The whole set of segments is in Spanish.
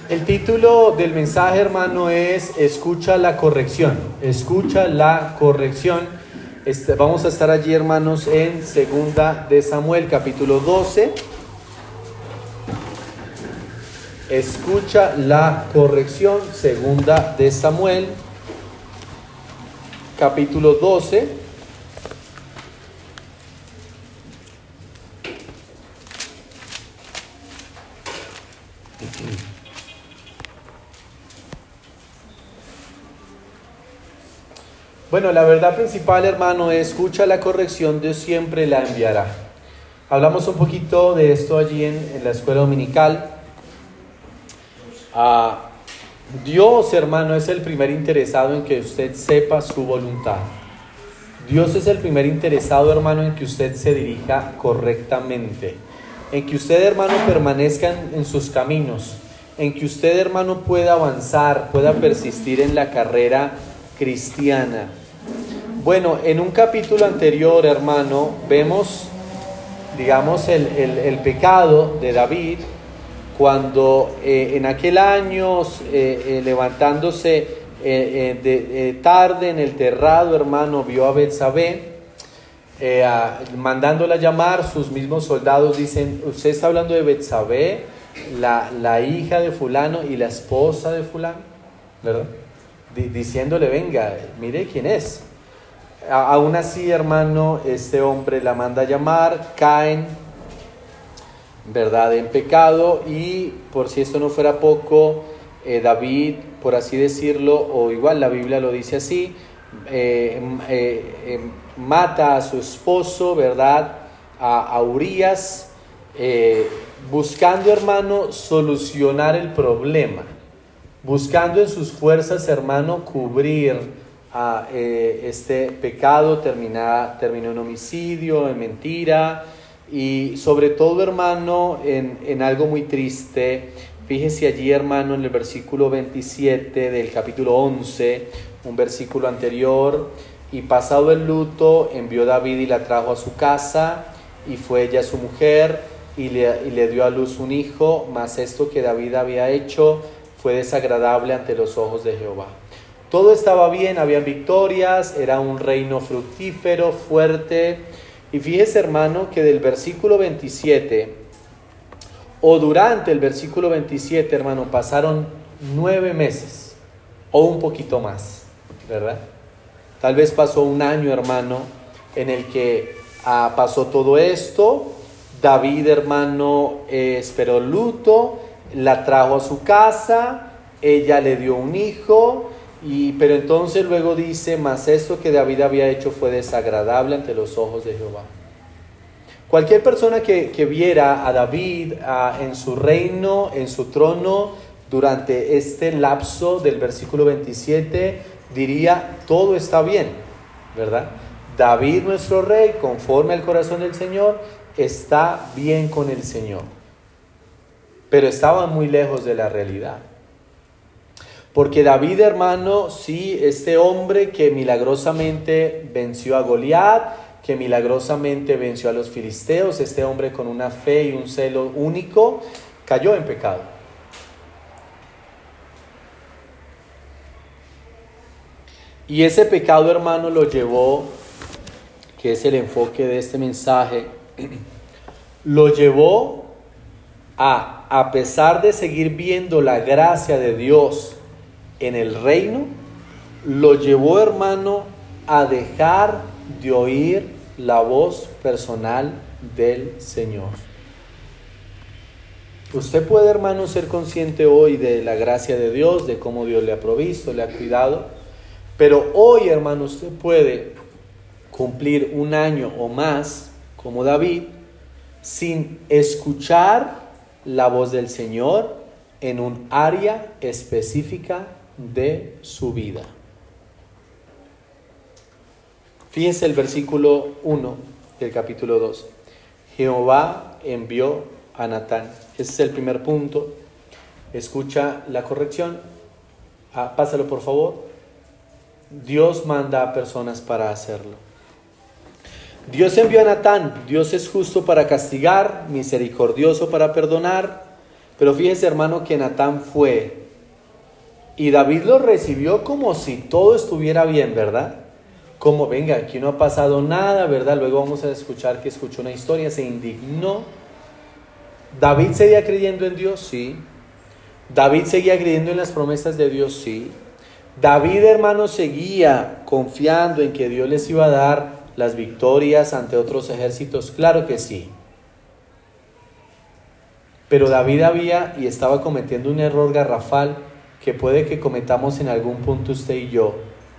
El título del mensaje, hermano, es Escucha la corrección. Escucha la corrección. Vamos a estar allí, hermanos, en Segunda de Samuel, capítulo 12. Escucha la corrección. Segunda de Samuel, capítulo 12. Bueno, la verdad principal, hermano, es escucha la corrección, Dios siempre la enviará. Hablamos un poquito de esto allí en la escuela dominical. Dios, hermano, es el primer interesado en que usted sepa su voluntad. Dios es el primer interesado, hermano, en que usted se dirija correctamente. En que usted, hermano, permanezca en sus caminos. En que usted, hermano, pueda avanzar, pueda persistir en la carrera cristiana. Bueno, en un capítulo anterior, hermano, vemos, digamos, el pecado de David, cuando en aquel año, levantándose tarde en el terrado, hermano, vio a Betsabé, mandándola llamar. Sus mismos soldados dicen: usted está hablando de Betsabé, la hija de fulano y la esposa de fulano, ¿verdad? Diciéndole: venga, mire quién es. Aún así, hermano, este hombre la manda a llamar, caen, ¿verdad?, en pecado. Y por si esto no fuera poco, David, por así decirlo, o igual la Biblia lo dice así, mata a su esposo, ¿verdad?, a Urías, buscando, hermano, solucionar el problema, buscando en sus fuerzas, hermano, cubrir este pecado. Terminó en homicidio, en mentira y sobre todo, hermano, en algo muy triste. Fíjese allí, hermano, en el versículo 27 del capítulo 11, un versículo anterior: y pasado el luto, envió David y la trajo a su casa, y fue ella su mujer, y le dio a luz un hijo, mas esto que David había hecho fue desagradable ante los ojos de Jehová. Todo estaba bien, habían victorias, era un reino fructífero, fuerte. Y fíjese, hermano, que del versículo 27, o durante el versículo 27, hermano, pasaron 9 meses, o un poquito más, ¿verdad? Tal vez pasó un año, hermano, en el que pasó todo esto. David, hermano, esperó el luto, la trajo a su casa, ella le dio un hijo. Pero entonces luego dice: mas esto que David había hecho fue desagradable ante los ojos de Jehová. Cualquier persona que viera a David en su reino, en su trono, durante este lapso del versículo 27, diría: todo está bien, ¿verdad? David, nuestro rey, conforme al corazón del Señor, está bien con el Señor. Pero estaba muy lejos de la realidad. Porque David, hermano, sí, este hombre que milagrosamente venció a Goliat, que milagrosamente venció a los filisteos, este hombre con una fe y un celo único, cayó en pecado. Y ese pecado, hermano, lo llevó, que es el enfoque de este mensaje, lo llevó a pesar de seguir viendo la gracia de Dios en el reino, lo llevó, hermano, a dejar de oír la voz personal del Señor. Usted puede, hermano, ser consciente hoy de la gracia de Dios, de cómo Dios le ha provisto, le ha cuidado, pero hoy, hermano, usted puede cumplir un año o más, como David, sin escuchar la voz del Señor en un área específica de su vida. Fíjense el versículo 1 del capítulo 2. Jehová envió a Natán. Ese es el primer punto. Escucha la corrección. Pásalo, por favor. Dios manda a personas para hacerlo. Dios envió a Natán. Dios es justo para castigar, misericordioso para perdonar. Pero fíjese, hermano, que Natán fue y David lo recibió como si todo estuviera bien, ¿verdad? Como, venga, aquí no ha pasado nada, ¿verdad? Luego vamos a escuchar que escuchó una historia, se indignó. ¿David seguía creyendo en Dios? Sí. ¿David seguía creyendo en las promesas de Dios? Sí. ¿David, hermano, seguía confiando en que Dios les iba a dar las victorias ante otros ejércitos? Claro que sí. Pero David había y estaba cometiendo un error garrafal que puede que cometamos en algún punto usted y yo,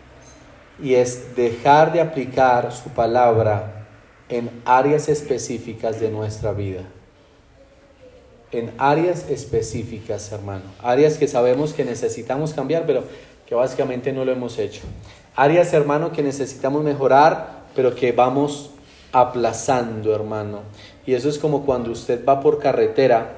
y es dejar de aplicar su palabra en áreas específicas de nuestra vida. En áreas específicas, hermano. Áreas que sabemos que necesitamos cambiar, pero que básicamente no lo hemos hecho. Áreas, hermano, que necesitamos mejorar, pero que vamos aplazando, hermano. Y eso es como cuando usted va por carretera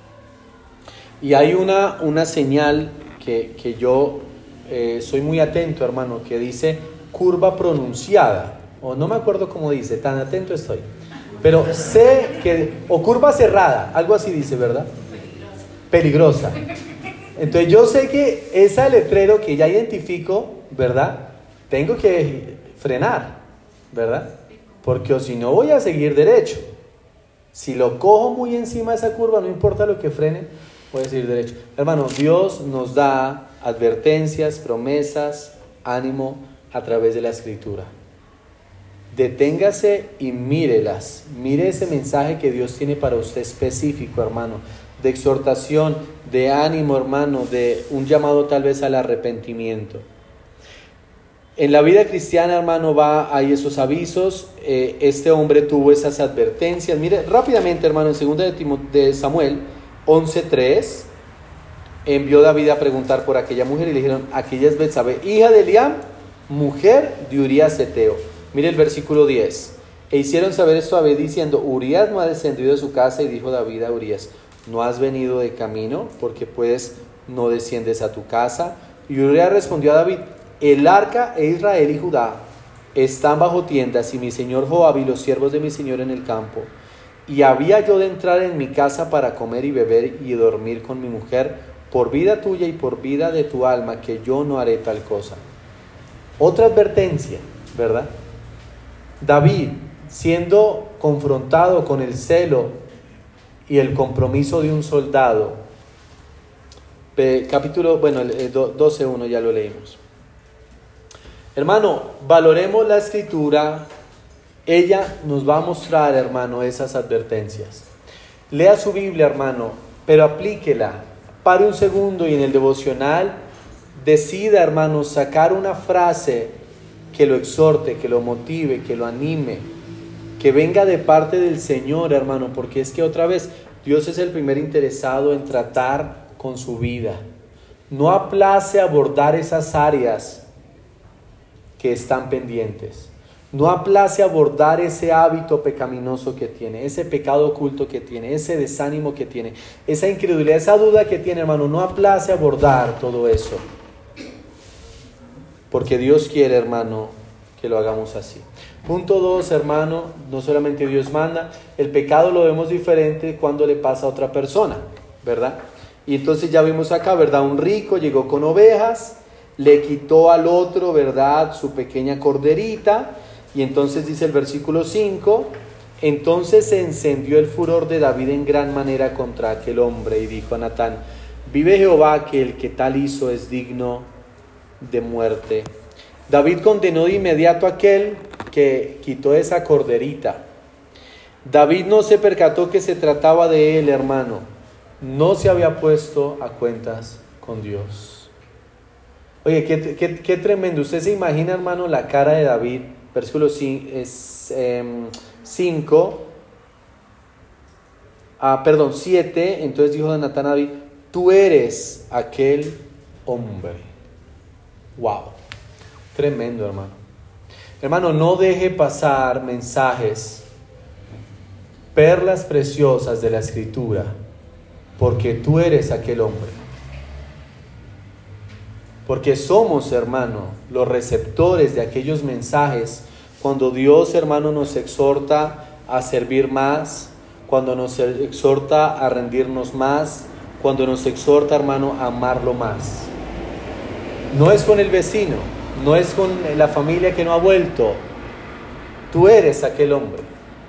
y hay una señal que yo soy muy atento, hermano, que dice curva pronunciada, o no me acuerdo cómo dice, tan atento estoy, pero sé que, o curva cerrada, algo así dice, ¿verdad? Peligrosa. Entonces yo sé que ese letrero que ya identifico, ¿verdad? Tengo que frenar, ¿verdad? Porque o si no voy a seguir derecho. Si lo cojo muy encima de esa curva, no importa lo que frene, voy a seguir derecho. Hermano, Dios nos da advertencias, promesas, ánimo a través de la Escritura. Deténgase y mírelas. Mire ese mensaje que Dios tiene para usted específico, hermano, de exhortación, de ánimo, hermano, de un llamado tal vez al arrepentimiento. En la vida cristiana, hermano, hay esos avisos. Este hombre tuvo esas advertencias. Mire rápidamente, hermano, en 2 de Samuel 11:3, envió David a preguntar por aquella mujer y le dijeron: aquella es Betsabé, hija de Eliam, mujer de Urías Heteo. Mire el versículo 10. E hicieron saber esto a David diciendo: Urías no ha descendido de su casa. Y dijo David a Urías: ¿no has venido de camino? Porque pues no desciendes a tu casa. Y Urías respondió a David: el arca e Israel y Judá están bajo tiendas, y mi señor Joab y los siervos de mi señor en el campo. Y había yo de entrar en mi casa para comer y beber y dormir con mi mujer, por vida tuya y por vida de tu alma, que yo no haré tal cosa. Otra advertencia, ¿verdad? David, siendo confrontado con el celo y el compromiso de un soldado, capítulo, bueno, el 12:1 ya lo leímos. Hermano, valoremos la Escritura. Ella nos va a mostrar, hermano, esas advertencias. Lea su Biblia, hermano, pero aplíquela. Pare un segundo y en el devocional decida, hermano, sacar una frase que lo exhorte, que lo motive, que lo anime, que venga de parte del Señor, hermano, porque es que otra vez Dios es el primer interesado en tratar con su vida. No aplace abordar esas áreas que están pendientes. No aplace abordar ese hábito pecaminoso que tiene, ese pecado oculto que tiene, ese desánimo que tiene, esa incredulidad, esa duda que tiene, hermano. No aplace abordar todo eso. Porque Dios quiere, hermano, que lo hagamos así. Punto 2, hermano, no solamente Dios manda, el pecado lo vemos diferente cuando le pasa a otra persona, ¿verdad? Y entonces ya vimos acá, ¿verdad? Un rico llegó con ovejas, le quitó al otro, ¿verdad?, su pequeña corderita. Y entonces dice el versículo 5, entonces se encendió el furor de David en gran manera contra aquel hombre, y dijo a Natán: vive Jehová, que el que tal hizo es digno de muerte. David condenó de inmediato a aquel que quitó esa corderita. David no se percató que se trataba de él, hermano. No se había puesto a cuentas con Dios. Oye, qué tremendo. Usted se imagina, hermano, la cara de David. Versículo 5, 7. Entonces dijo Natán a David: tú eres aquel hombre. Wow, tremendo, hermano. Hermano, no deje pasar mensajes, perlas preciosas de la Escritura, porque tú eres aquel hombre. Porque somos, hermano, los receptores de aquellos mensajes. Cuando Dios, hermano, nos exhorta a servir más, cuando nos exhorta a rendirnos más, cuando nos exhorta, hermano, a amarlo más. No es con el vecino, no es con la familia que no ha vuelto. Tú eres aquel hombre.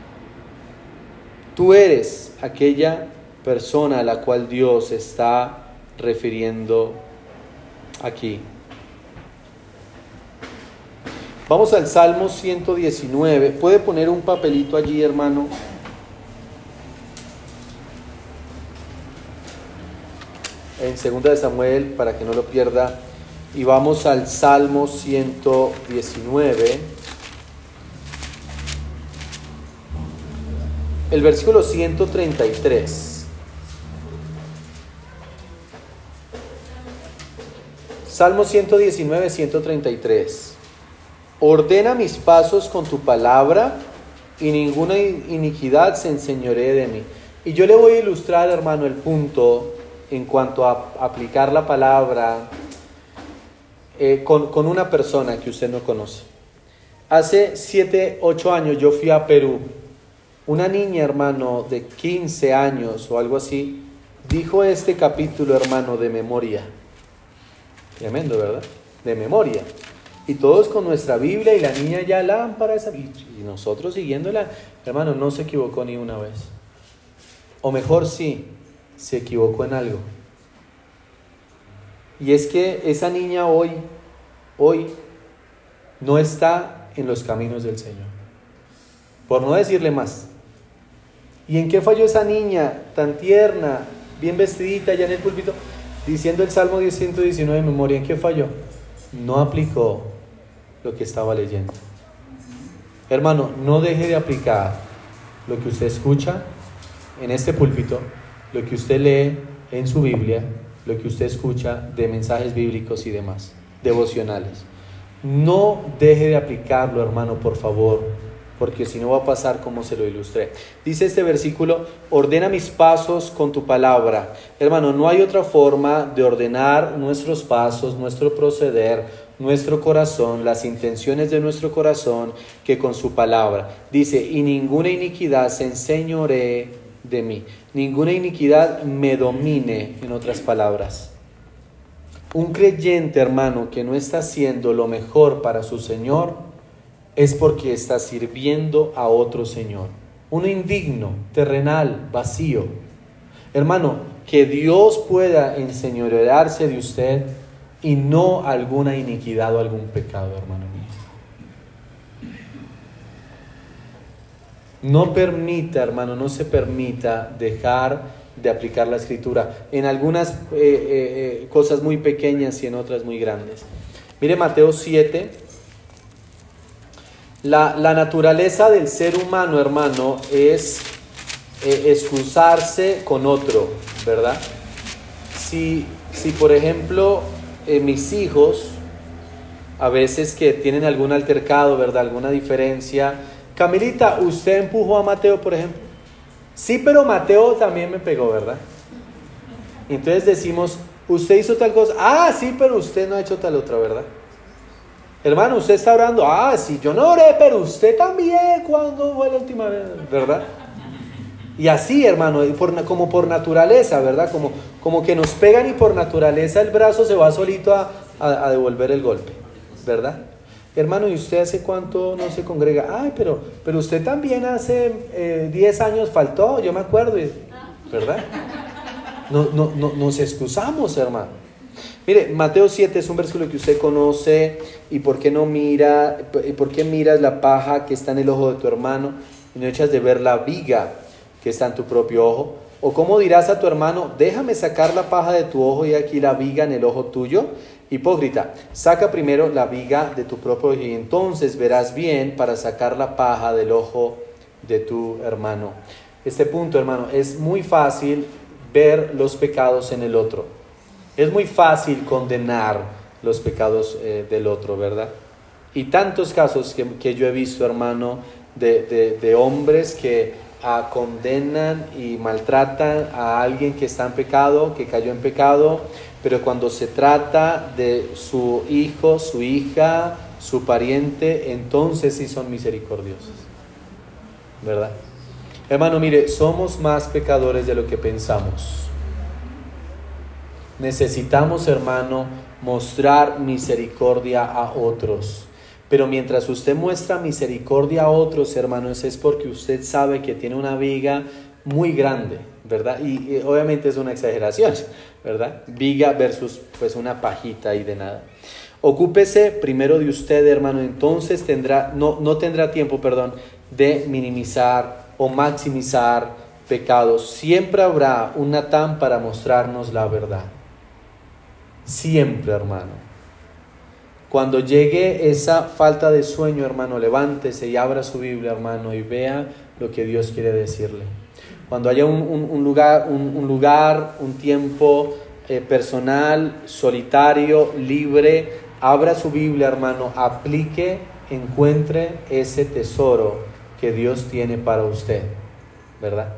Tú eres aquella persona a la cual Dios está refiriendo aquí. Vamos al Salmo 119. ¿Puede poner un papelito allí, hermano? En 2 de Samuel, para que no lo pierda. Y vamos al Salmo 119. El versículo 133. Salmo 119, 133. Ordena mis pasos con tu palabra, y ninguna iniquidad se enseñoree de mí. Y yo le voy a ilustrar, hermano, el punto en cuanto a aplicar la palabra con una persona que usted no conoce. Hace 7, 8 años yo fui a Perú. Una niña, hermano, de 15 años o algo así, dijo este capítulo, hermano, de memoria. Tremendo, ¿verdad? De memoria. Y todos con nuestra Biblia, y la niña ya lámpara esa, y nosotros siguiéndola. Hermano, no se equivocó ni una vez. O mejor sí, se equivocó en algo. Y es que esa niña hoy no está en los caminos del Señor. Por no decirle más. ¿Y en qué falló esa niña tan tierna, bien vestidita allá en el púlpito, diciendo el Salmo 119 de memoria? ¿En qué falló? No aplicó lo que estaba leyendo. Hermano, no deje de aplicar lo que usted escucha en este púlpito, lo que usted lee en su Biblia, lo que usted escucha de mensajes bíblicos y demás, devocionales. No deje de aplicarlo, hermano, por favor, porque si no va a pasar como se lo ilustré. Dice este versículo: ordena mis pasos con tu palabra. Hermano, no hay otra forma de ordenar nuestros pasos, nuestro proceder, nuestro corazón, las intenciones de nuestro corazón, que con su palabra. Dice: y ninguna iniquidad se enseñoree de mí. Ninguna iniquidad me domine, en otras palabras. Un creyente, hermano, que no está haciendo lo mejor para su Señor, es porque está sirviendo a otro señor. Uno indigno, terrenal, vacío. Hermano, que Dios pueda enseñorearse de usted y no alguna iniquidad o algún pecado, hermano mío. No permita, hermano, no se permita dejar de aplicar la Escritura en algunas cosas muy pequeñas y en otras muy grandes. Mire Mateo 7. La naturaleza del ser humano, hermano, es excusarse con otro, ¿verdad? Si por ejemplo, mis hijos, a veces que tienen algún altercado, ¿verdad? Alguna diferencia. Camilita, ¿usted empujó a Mateo, por ejemplo? Sí, pero Mateo también me pegó, ¿verdad? Entonces decimos, usted hizo tal cosa. Ah, sí, pero usted no ha hecho tal otra, ¿verdad? Hermano, usted está orando. Ah, sí, yo no oré, pero usted también. ¿Cuándo fue la última vez? ¿Verdad? Y así, hermano, como por naturaleza, ¿verdad? Como que nos pegan y por naturaleza el brazo se va solito a devolver el golpe, ¿verdad? Hermano, ¿y usted hace cuánto no se congrega? Ay, pero usted también hace 10 años faltó, yo me acuerdo, ¿verdad? Nos excusamos, hermano. Mire, Mateo 7 es un versículo que usted conoce. ¿Y por qué miras la paja que está en el ojo de tu hermano y no echas de ver la viga que está en tu propio ojo? ¿O cómo dirás a tu hermano, déjame sacar la paja de tu ojo y aquí la viga en el ojo tuyo? Hipócrita, saca primero la viga de tu propio ojo y entonces verás bien para sacar la paja del ojo de tu hermano. Este punto, hermano, es muy fácil ver los pecados en el otro. Es muy fácil condenar los pecados del otro, ¿verdad? Y tantos casos que yo he visto, hermano, de hombres que condenan y maltratan a alguien que está en pecado, que cayó en pecado, pero cuando se trata de su hijo, su hija, su pariente, entonces sí son misericordiosos, ¿verdad? Hermano, mire, somos más pecadores de lo que pensamos. Necesitamos, hermano, mostrar misericordia a otros. Pero mientras usted muestra misericordia a otros, hermanos, es porque usted sabe que tiene una viga muy grande, ¿verdad? Y obviamente es una exageración, ¿verdad? Viga versus pues una pajita y de nada. Ocúpese primero de usted, hermano, entonces no tendrá tiempo, de minimizar o maximizar pecados. Siempre habrá un Natán para mostrarnos la verdad. Siempre, hermano. Cuando llegue esa falta de sueño, hermano, levántese y abra su Biblia, hermano, y vea lo que Dios quiere decirle. Cuando haya un lugar, un tiempo personal, solitario, libre, abra su Biblia, hermano, aplique, encuentre ese tesoro que Dios tiene para usted, ¿verdad?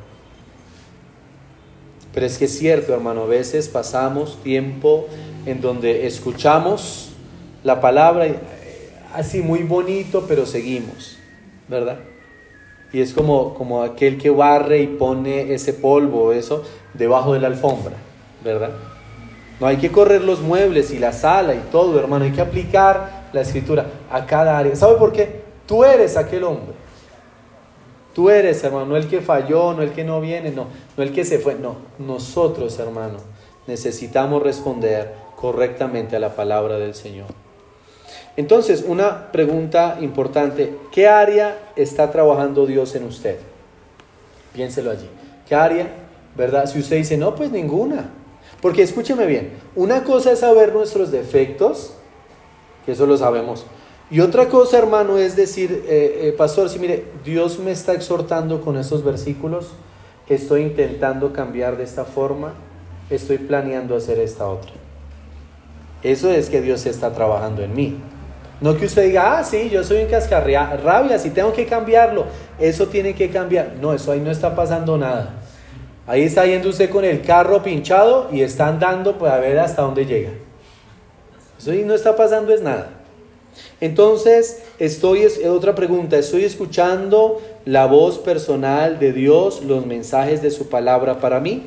Pero es que es cierto, hermano, a veces pasamos tiempo en donde escuchamos la palabra así muy bonito, pero seguimos, ¿verdad? Y es como aquel que barre y pone ese polvo, eso, debajo de la alfombra, ¿verdad? No hay que correr los muebles y la sala y todo, hermano, hay que aplicar la escritura a cada área. ¿Sabe por qué? Tú eres aquel hombre. Tú eres, hermano, no el que falló, no el que no viene, no el que se fue, no. Nosotros, hermano, necesitamos responder correctamente a la palabra del Señor. Entonces, una pregunta importante: ¿qué área está trabajando Dios en usted? Piénselo allí. ¿Qué área? ¿Verdad? Si usted dice, no, pues ninguna. Porque escúcheme bien, una cosa es saber nuestros defectos, que eso lo sabemos. Y otra cosa, hermano, es decir, pastor, si mire, Dios me está exhortando con estos versículos, estoy intentando cambiar de esta forma, estoy planeando hacer esta otra. Eso es que Dios está trabajando en mí. No que usted diga, sí, yo soy un cascarrabias y tengo que cambiarlo, eso tiene que cambiar. No, eso ahí no está pasando nada. Ahí está yendo usted con el carro pinchado y está andando pues a ver hasta dónde llega. Eso ahí no está pasando es nada. Entonces, otra pregunta, ¿estoy escuchando la voz personal de Dios, los mensajes de su palabra para mí?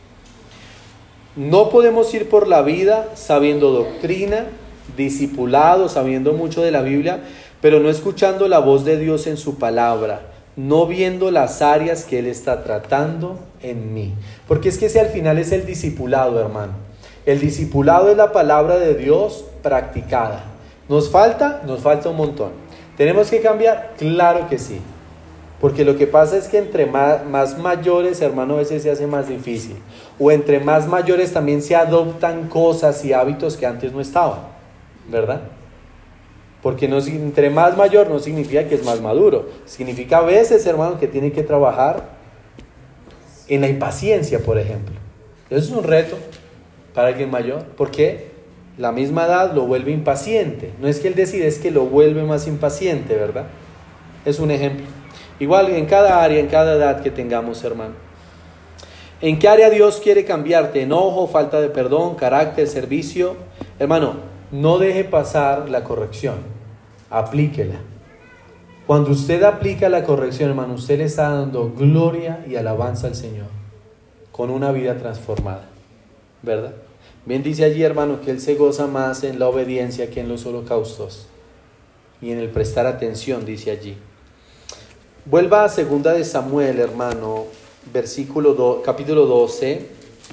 No podemos ir por la vida sabiendo doctrina, discipulados, sabiendo mucho de la Biblia, pero no escuchando la voz de Dios en su palabra, no viendo las áreas que Él está tratando en mí. Porque es que ese al final es el discipulado, hermano. El discipulado es la palabra de Dios practicada. ¿Nos falta? Nos falta un montón. ¿Tenemos que cambiar? Claro que sí. Porque lo que pasa es que entre más mayores, hermano, a veces se hace más difícil. O entre más mayores también se adoptan cosas y hábitos que antes no estaban, ¿verdad? Porque entre más mayor no significa que es más maduro. Significa a veces, hermano, que tiene que trabajar en la impaciencia, por ejemplo. Eso es un reto para alguien mayor. ¿Por qué? La misma edad lo vuelve impaciente. No es que él decide, es que lo vuelve más impaciente, ¿verdad? Es un ejemplo. Igual en cada área, en cada edad que tengamos, hermano. ¿En qué área Dios quiere cambiarte? Enojo, falta de perdón, carácter, servicio. Hermano, no deje pasar la corrección. Aplíquela. Cuando usted aplica la corrección, hermano, usted le está dando gloria y alabanza al Señor con una vida transformada, ¿verdad? Bien dice allí, hermano, que Él se goza más en la obediencia que en los holocaustos y en el prestar atención, dice allí. Vuelva a 2 de Samuel, hermano, capítulo 12.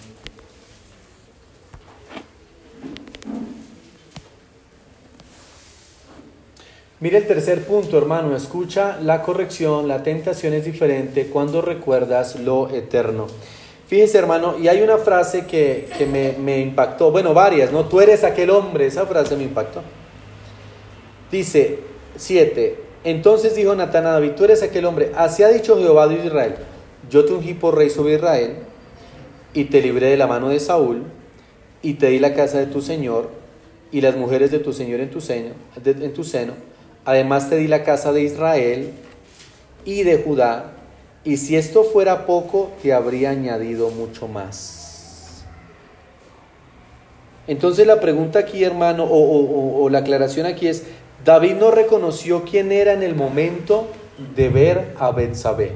Mire el tercer punto, hermano. Escucha la corrección, la tentación es diferente cuando recuerdas lo eterno. Fíjese, hermano, y hay una frase que me impactó. Bueno, varias, ¿no? Tú eres aquel hombre. Esa frase me impactó. Dice, 7. Entonces dijo Natán a David, tú eres aquel hombre. Así ha dicho Jehová de Israel: yo te ungí por rey sobre Israel, y te libré de la mano de Saúl, y te di la casa de tu señor, y las mujeres de tu señor en tu seno. Además te di la casa de Israel y de Judá, y si esto fuera poco, te habría añadido mucho más. Entonces la pregunta aquí, hermano, o la aclaración aquí es: David no reconoció quién era en el momento de ver a Betsabé.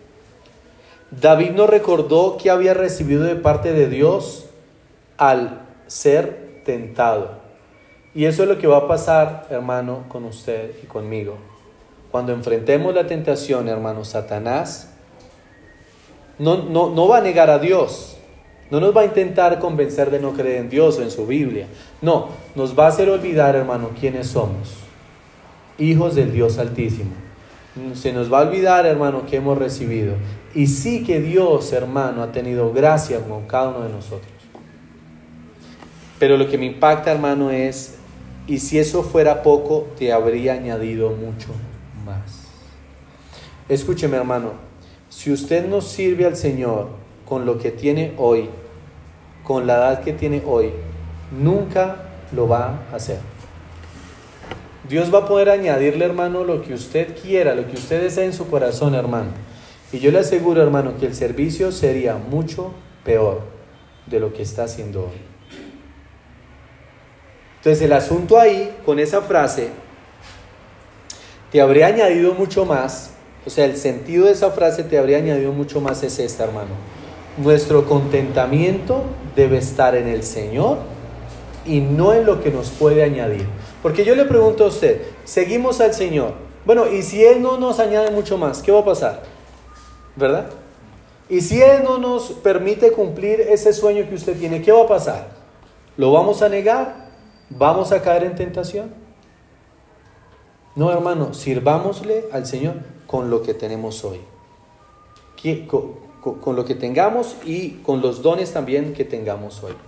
David no recordó que había recibido de parte de Dios al ser tentado. Y eso es lo que va a pasar, hermano, con usted y conmigo. Cuando enfrentemos la tentación, hermano, Satanás no va a negar a Dios. No nos va a intentar convencer de no creer en Dios o en su Biblia. No, nos va a hacer olvidar, hermano, quiénes somos. Hijos del Dios Altísimo. Se nos va a olvidar, hermano, que hemos recibido. Y sí que Dios, hermano, ha tenido gracia con cada uno de nosotros. Pero lo que me impacta, hermano, es, y si eso fuera poco, te habría añadido mucho más. Escúcheme, hermano, si usted no sirve al Señor con lo que tiene hoy, con la edad que tiene hoy, nunca lo va a hacer. Dios va a poder añadirle, hermano, lo que usted quiera, lo que usted desee en su corazón, hermano. Y yo le aseguro, hermano, que el servicio sería mucho peor de lo que está haciendo hoy. Entonces el asunto ahí, con esa frase, te habría añadido mucho más. O sea, el sentido de esa frase te habría añadido mucho más es esta, hermano. Nuestro contentamiento debe estar en el Señor y no en lo que nos puede añadir. Porque yo le pregunto a usted, seguimos al Señor. Bueno, y si Él no nos añade mucho más, ¿qué va a pasar? ¿Verdad? Y si Él no nos permite cumplir ese sueño que usted tiene, ¿qué va a pasar? ¿Lo vamos a negar? ¿Vamos a caer en tentación? No, hermano, sirvámosle al Señor con lo que tenemos hoy. Con lo que tengamos y con los dones también que tengamos hoy.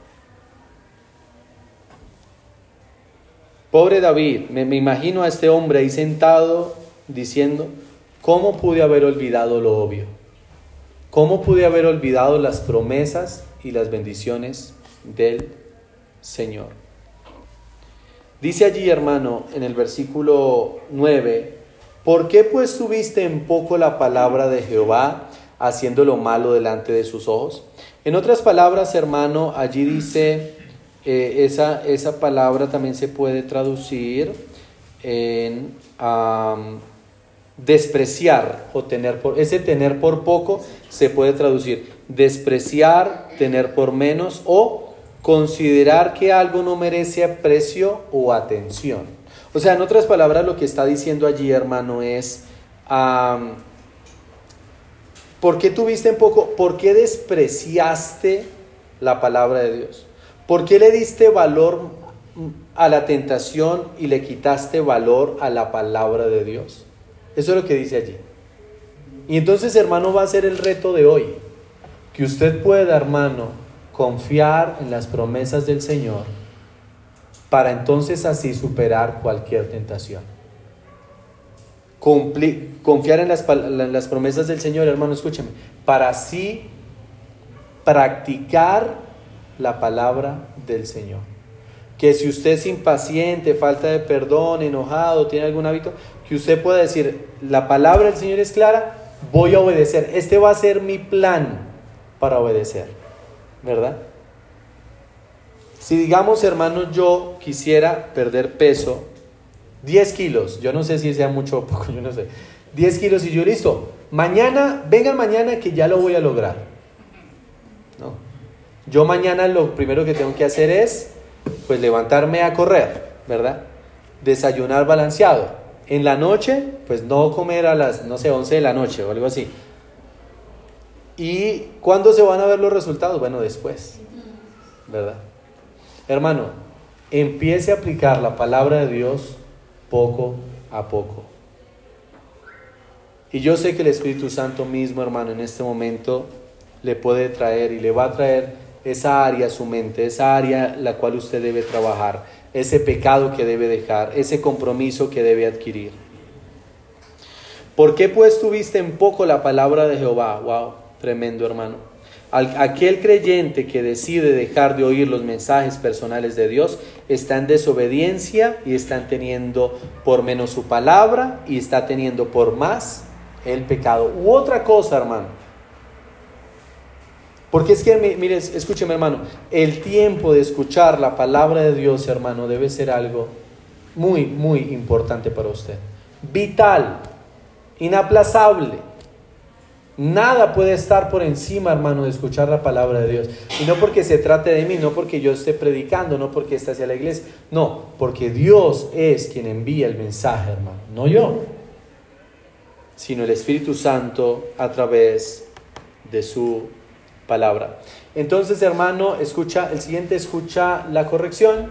Pobre David, me imagino a este hombre ahí sentado diciendo, ¿cómo pude haber olvidado lo obvio? ¿Cómo pude haber olvidado las promesas y las bendiciones del Señor? Dice allí, hermano, en el versículo 9, ¿por qué pues tuviste en poco la palabra de Jehová, haciendo lo malo delante de sus ojos? En otras palabras, hermano, allí dice, esa palabra también se puede traducir en despreciar o tener por... Ese tener por poco se puede traducir despreciar, tener por menos o considerar que algo no merece aprecio o atención. O sea, en otras palabras, lo que está diciendo allí, hermano, es ¿por qué tuviste en poco? ¿Por qué despreciaste la palabra de Dios? ¿Por qué le diste valor a la tentación y le quitaste valor a la palabra de Dios? Eso es lo que dice allí. Y entonces, hermano, va a ser el reto de hoy. Que usted pueda, hermano, confiar en las promesas del Señor para entonces así superar cualquier tentación. Confiar en las promesas del Señor, hermano, escúcheme, para así practicar la palabra del Señor. Que si usted es impaciente, falta de perdón, enojado, tiene algún hábito, que usted pueda decir, la palabra del Señor es clara, voy a obedecer. Este va a ser mi plan para obedecer, ¿verdad? Si digamos, hermanos, yo quisiera perder peso, 10 kilos, yo no sé si sea mucho o poco, yo no sé, 10 kilos y yo listo, mañana, vengan mañana que ya lo voy a lograr. No, yo mañana lo primero que tengo que hacer es, pues levantarme a correr, ¿verdad? Desayunar balanceado. En la noche, pues no comer a las, no sé, 11 de la noche o algo así. ¿Y cuándo se van a ver los resultados? Bueno, después, ¿verdad? Hermano, empiece a aplicar la palabra de Dios poco a poco. Y yo sé que el Espíritu Santo mismo, hermano, en este momento le puede traer y le va a traer esa área a su mente, esa área la cual usted debe trabajar, ese pecado que debe dejar, ese compromiso que debe adquirir. ¿Por qué pues tuviste en poco la palabra de Jehová? Wow, tremendo, hermano. Aquel creyente que decide dejar de oír los mensajes personales de Dios está en desobediencia y está teniendo por menos su palabra y está teniendo por más el pecado. U otra cosa, hermano. Porque es que, mire, escúcheme, hermano, el tiempo de escuchar la palabra de Dios, hermano, debe ser algo muy, muy importante para usted. Vital, inaplazable. Nada puede estar por encima, hermano, de escuchar la palabra de Dios. Y no porque se trate de mí, no porque yo esté predicando, no porque esté hacia la iglesia. No, porque Dios es quien envía el mensaje, hermano. No yo, sino el Espíritu Santo a través de su palabra. Entonces, hermano, escucha la corrección.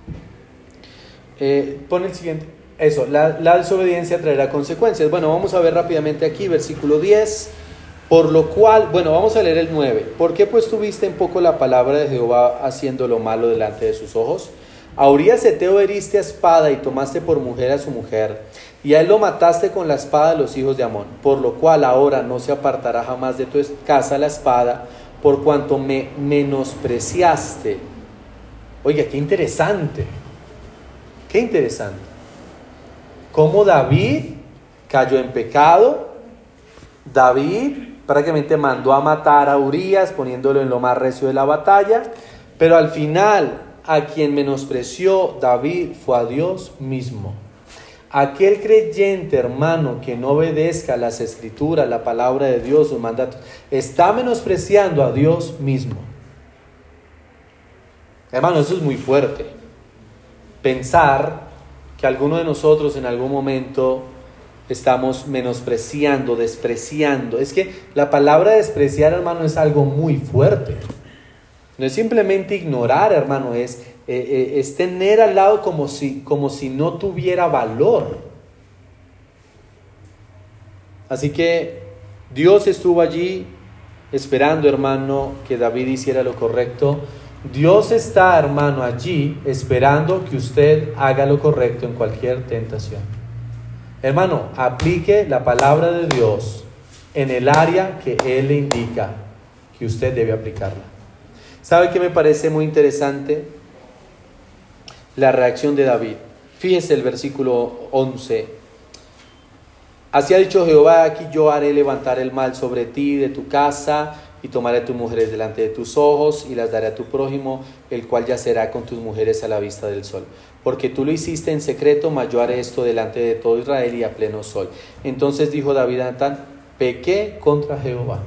Pon el siguiente. Eso, la desobediencia traerá consecuencias. Bueno, vamos a ver rápidamente aquí, versículo 10. Por lo cual, bueno, vamos a leer el 9. ¿Por qué pues tuviste en poco la palabra de Jehová haciendo lo malo delante de sus ojos? A Urías Heteo heriste a espada y tomaste por mujer a su mujer, y a él lo mataste con la espada de los hijos de Amón. Por lo cual ahora no se apartará jamás de tu casa la espada, por cuanto me menospreciaste. Oiga, qué interesante. Qué interesante. Cómo David cayó en pecado. David prácticamente mandó a matar a Urías, poniéndolo en lo más recio de la batalla, pero al final a quien menospreció David fue a Dios mismo. Aquel creyente, hermano, que no obedezca las escrituras, la palabra de Dios, sus mandatos, está menospreciando a Dios mismo. Hermano, eso es muy fuerte. Pensar que alguno de nosotros en algún momento estamos menospreciando, despreciando. Es que la palabra despreciar, hermano, es algo muy fuerte. No es simplemente ignorar, hermano, es tener al lado como si no tuviera valor. Así que Dios estuvo allí esperando, hermano, que David hiciera lo correcto. Dios está, hermano, allí esperando que usted haga lo correcto en cualquier tentación. Hermano, aplique la palabra de Dios en el área que Él le indica que usted debe aplicarla. ¿Sabe qué me parece muy interesante? La reacción de David. Fíjese el versículo 11. Así ha dicho Jehová, aquí yo haré levantar el mal sobre ti de tu casa, y tomaré tus mujeres delante de tus ojos, y las daré a tu prójimo, el cual yacerá con tus mujeres a la vista del sol. Porque tú lo hiciste en secreto, mas yo haré esto delante de todo Israel y a pleno sol. Entonces dijo David a Natán, pequé contra Jehová.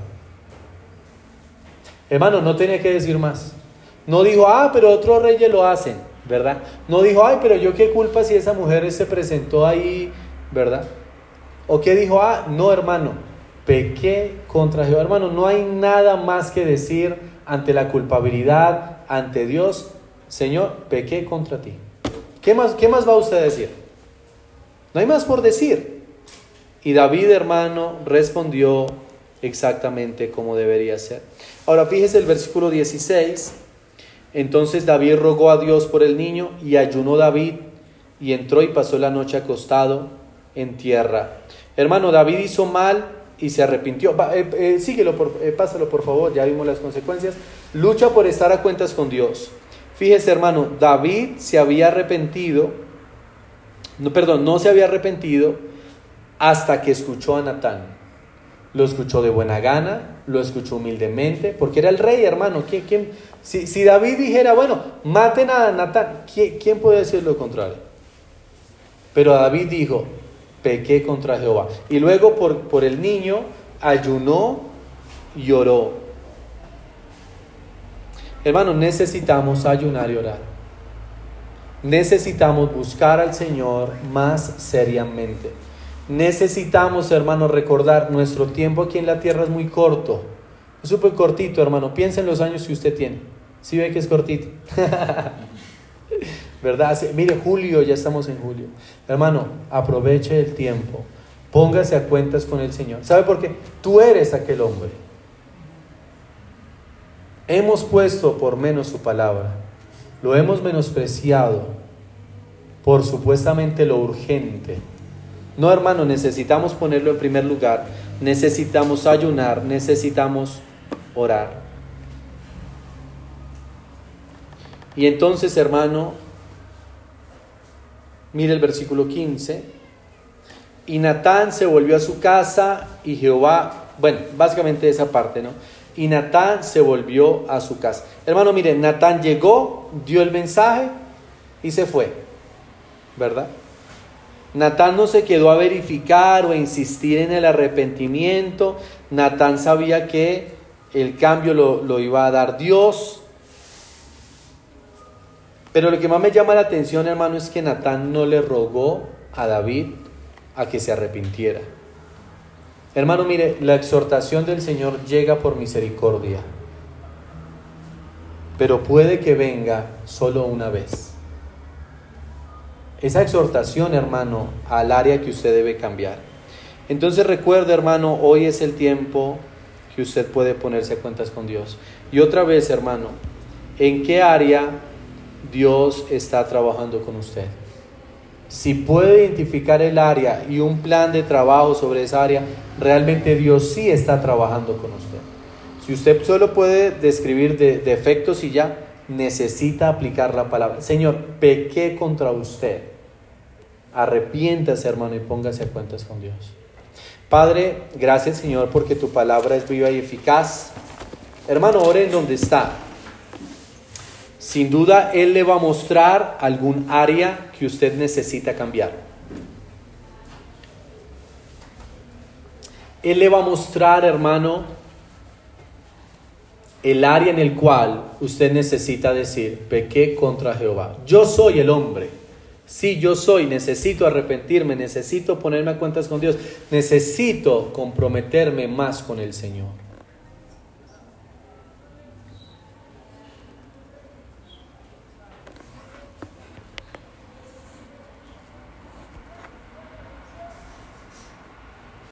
Hermano, no tenía que decir más. No dijo, pero otros reyes lo hacen, ¿verdad? No dijo, pero yo qué culpa si esa mujer se presentó ahí, ¿verdad? ¿O qué dijo? No, hermano, pequé contra Jehová. Hermano, no hay nada más que decir ante la culpabilidad, ante Dios. Señor, pequé contra ti. ¿Qué más va usted a decir? No hay más por decir. Y David, hermano, respondió exactamente como debería ser. Ahora fíjese el versículo 16. Entonces David rogó a Dios por el niño, y ayunó David, y entró y pasó la noche acostado en tierra. Hermano, David hizo mal y se arrepintió. Síguelo, pásalo por favor, ya vimos las consecuencias. Lucha por estar a cuentas con Dios. Fíjese, hermano, David se había arrepentido, no se había arrepentido hasta que escuchó a Natán. Lo escuchó de buena gana, lo escuchó humildemente, porque era el rey, hermano. Si David dijera, bueno, maten a Natán, ¿quién puede decir lo contrario? Pero David dijo, pequé contra Jehová. Y luego por el niño ayunó y oró. Hermano, necesitamos ayunar y orar. Necesitamos buscar al Señor más seriamente. Necesitamos, hermano, recordar nuestro tiempo aquí en la tierra es muy corto. Es súper cortito, hermano. Piensa en los años que usted tiene. ¿Sí ve que es cortito? ¿Verdad? Mire, julio, ya estamos en julio. Hermano, aproveche el tiempo. Póngase a cuentas con el Señor. ¿Sabe por qué? Tú eres aquel hombre. Hemos puesto por menos su palabra. Lo hemos menospreciado por supuestamente lo urgente. No, hermano, necesitamos ponerlo en primer lugar. Necesitamos ayunar, necesitamos orar. Y entonces, hermano, mire el versículo 15. Y Natán se volvió a su casa y Jehová, bueno, básicamente esa parte, ¿no? Y Natán se volvió a su casa. Hermano, mire, Natán llegó, dio el mensaje y se fue, ¿verdad? Natán no se quedó a verificar o a insistir en el arrepentimiento. Natán sabía que el cambio lo iba a dar Dios. Pero lo que más me llama la atención, hermano, es que Natán no le rogó a David a que se arrepintiera. Hermano, mire, la exhortación del Señor llega por misericordia, pero puede que venga solo una vez. Esa exhortación, hermano, al área que usted debe cambiar. Entonces recuerde, hermano, hoy es el tiempo que usted puede ponerse a cuentas con Dios. Y otra vez, hermano, ¿en qué área Dios está trabajando con usted? Si puede identificar el área y un plan de trabajo sobre esa área, realmente Dios sí está trabajando con usted. Si usted solo puede describir defectos y ya, necesita aplicar la palabra. Señor, pequé contra usted. Arrepiéntase, hermano, y póngase a cuentas con Dios. Padre, gracias, Señor, porque tu palabra es viva y eficaz. Hermano, ore en donde está. Sin duda, Él le va a mostrar algún área que usted necesita cambiar. Él le va a mostrar, hermano, el área en el cual usted necesita decir: pequé contra Jehová. Yo soy el hombre. Sí, yo soy. Necesito arrepentirme. Necesito ponerme a cuentas con Dios. Necesito comprometerme más con el Señor.